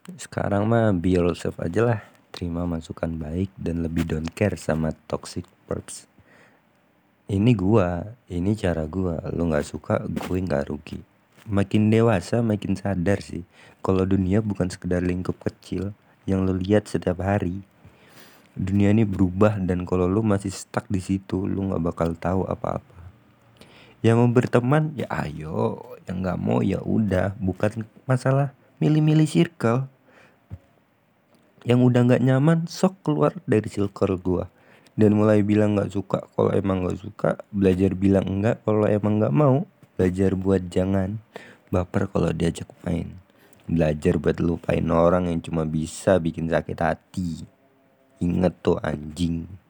Sekarang mah be yourself aja lah. Terima masukan baik dan lebih don't care sama toxic perps. Ini cara gua. Lu gak suka, gue gak rugi. Makin dewasa makin sadar sih kalau dunia bukan sekedar lingkup kecil yang lu lihat setiap hari. Dunia ini berubah dan kalau lu masih stuck di situ, lu gak bakal tahu apa-apa. Yang mau berteman ya ayo, yang gak mau ya udah. Bukan masalah milih-milih circle. Yang udah gak nyaman sok keluar dari circle gua. Dan mulai bilang gak suka kalau emang gak suka. Belajar bilang enggak kalau emang gak mau. Belajar buat jangan baper kalau diajak main. Belajar buat lupain orang yang cuma bisa bikin sakit hati. Ingat tuh anjing.